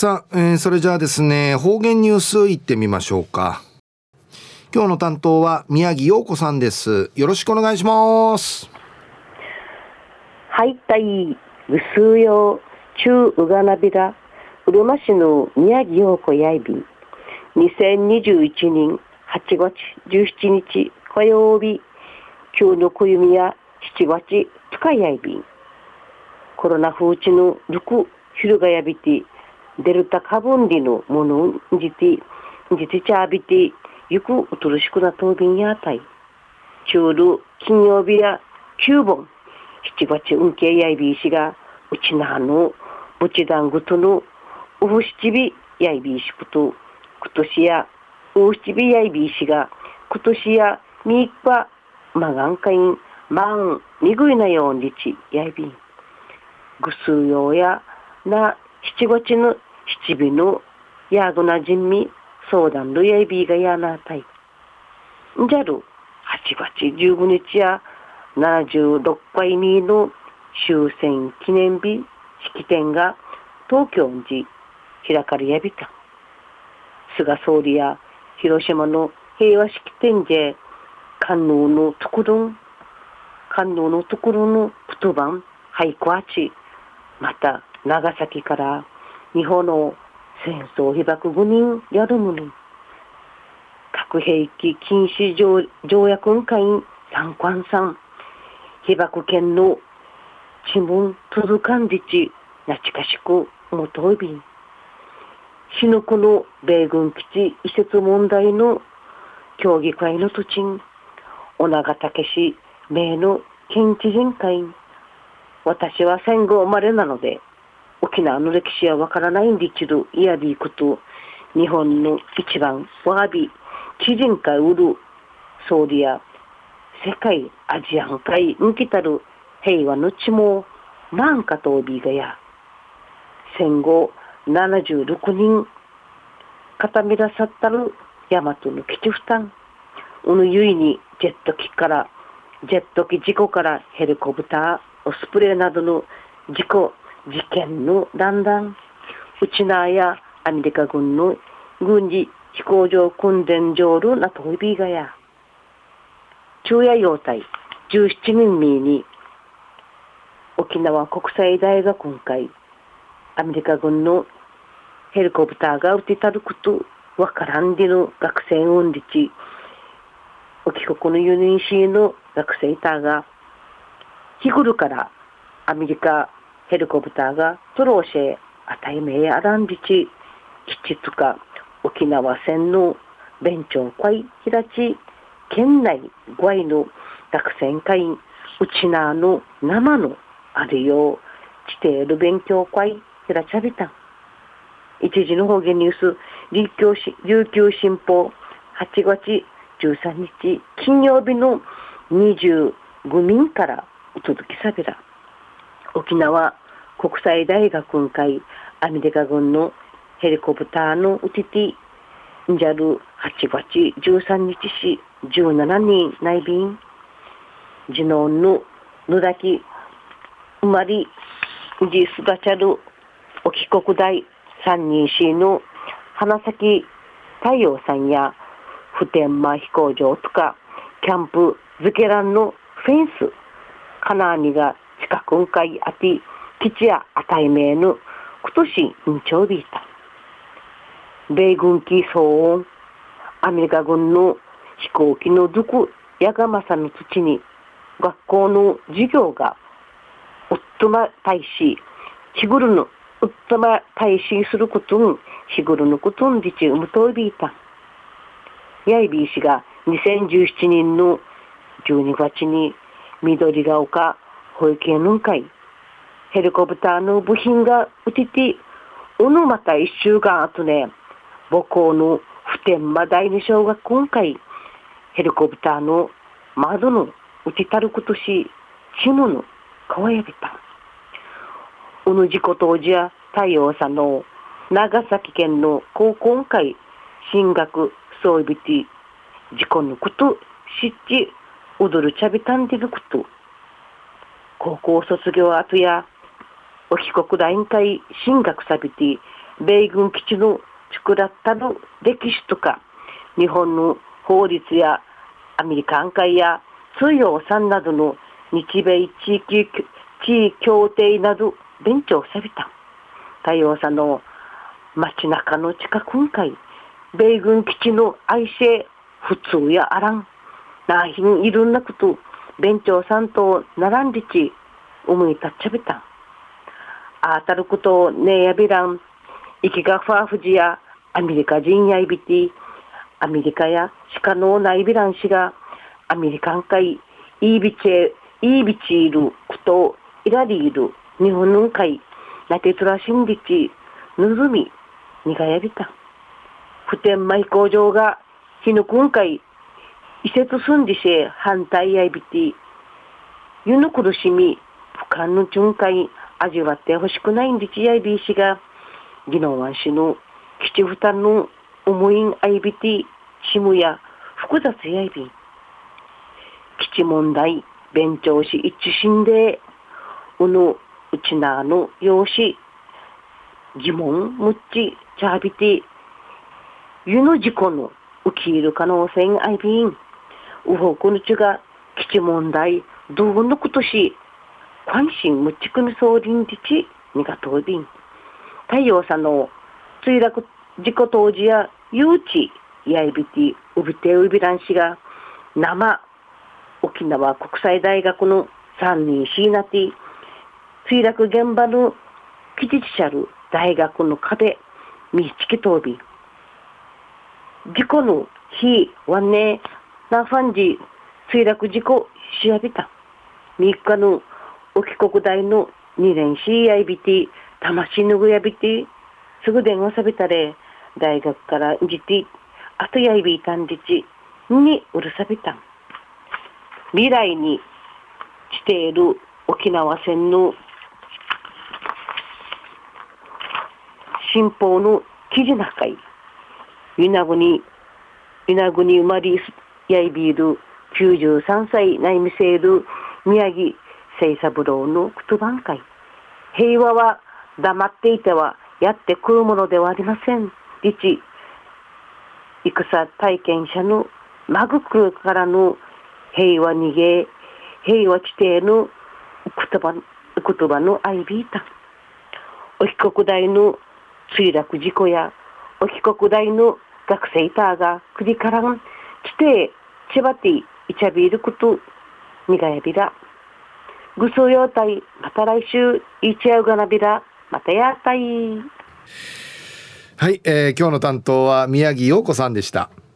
さあ、それじゃあですね、方言ニュースいってみましょうか。今日の担当は宮城陽子さんです。よろしくお願いします。 はいたい、ぐすうよう、ちゅううがなびら、うるま市の宮城陽子やいびん。2021年8月17日火曜日、今日のくゆみや7月つかやいびん。コロナ風知のルクヒルガヤビティ、デルタ株りのものんじて、じてちゃびて、ゆくうとるしくなとびんやたい。ちゅうる金曜日や9本、7月運慶やいびいしが、うちなのぶちだんぐとのうふしちびやいびいしくと、くとしやうふしびやいびいしが、くとしやみいっぱまがんかいん、まんにぐいなよんりちやいびん。ぐすうようやな7月の7日のやぐなじんみ相談るやいびがやなたい。んじゃる8月15日や76回目の終戦記念日式典が東京に開かれやびた。菅総理や広島の平和式典で官能のところの言葉俳句あち、また長崎から日本の戦争被爆5人やるもの核兵器禁止条約会員参観さん被爆県の地文続かんりちなちかしくもといびん死ぬこの米軍基地移設問題の協議会の土地ん小長武氏名の県知事会員私は戦後生まれなので沖縄の歴史はわからないんで一度いやびいこと日本の一番わがび知人会うる総理や世界アジアン会向きたる平和の地もなんかとびがや戦後76人片みらさったる大和の基地負担うぬゆいにジェット機事故からヘリコプターオスプレイなどの事件のだんだんうちなやアメリカ軍の軍事飛行場訓練場るなといびがや昼夜用隊17人目に沖縄国際大学会アメリカ軍のヘリコプターが撃てたることわからんでの学生運立ち沖国のユニシーの学生たが日頃からアメリカヘリコプターがトローシェあたいめやあらんりち基地つか沖縄戦の弁長会ひらち県内外の学生会員うちなの生のあるよう地底る勉強会ひらちゃびたん一時の方言ニュース琉球新報8月13日金曜日の25人からお届けさびら沖縄国際大学会アメリカ軍のヘリコプターのうちてんじゃる8月13日し17人内便ジノンの野崎生まりじすがちゃる沖国大3人市の花咲太陽さんや普天間飛行場とかキャンプズケランのフェンスカナーニが近くんかいあて基地やあたいめの今年認証ビータ米軍機騒音アメリカ軍の飛行機のどこやがまさの土に学校の授業がウッドマ大使日頃のウッドマ大使することん日頃のことんでちうむといびいたやいびいしが2017年の12月に緑が丘保育園の会ヘリコプターの部品が打てておのまた1週間後ね母校の普天間第二小学校会ヘリコプターの窓の打てたることしちむのかわやびたおの事故当時や太陽さんの長崎県の高校会進学そうびて事故のこと知って踊るちゃびたんでること高校卒業後やお帰国大会進学さびて米軍基地の作らったの歴史とか、日本の法律やアメリカン会や通用さんなどの日米地域協定など勉強された。太陽さんの街中の近くんかい、米軍基地の愛せ普通やあらん。なひんいろんなこと勉強さんと並んでち思い立っちゃべた。あたることねやびらん、生きがファーフジやアメリカ人やいびて、アメリカやしかのないびらんしが、アメリカン会、いいびちいることいらりいる、日本の会、なてつらしんりち、ぬずみ、にがやびた。普天間飛行場が、ひぬくんかい、移設すんじせ反対やいびて、湯の苦しみ、不感の巡回、味わってほしくないんでちやいびしが、技能湾しの基地負担の思いんあいびて、しむや複雑やいび。基地問題、勉強し一致心で、うちなの用紙、疑問、むっち、ちゃびて、湯の事故の起きる可能性あいびん。うほくぬちが基地問題、どうのことし、関心むちくみそうりんじち、にがとうびん。太陽さんの墜落事故当時や誘致やいびてうびてうびらんしが生沖縄国際大学の3人しいなて墜落現場の基地しゃる大学の壁みちきとうび事故の日はねなファンジ墜落事故しやびた3日の沖国大の2年しやいびて魂ぬぐやびてすぐ電話さびたれ大学からじてあとやいびいたんじちにうるさびた未来にしている沖縄戦の新報の記事なかい与那国生まれやいびいる93歳内見せる宮城清三郎の言葉んかい平和は黙っていてはやってくるものではありません。戦体験者のマグクルからの平和逃げ、平和地底の言葉のアイビータ。沖国大の墜落事故や沖国大の学生ターが国からん地底千葉ティイチャビールことにがやびら。ぐそうようたいまた来週いちゃうがなびら。またやったい。 はい、今日の担当は宮城陽子さんでした。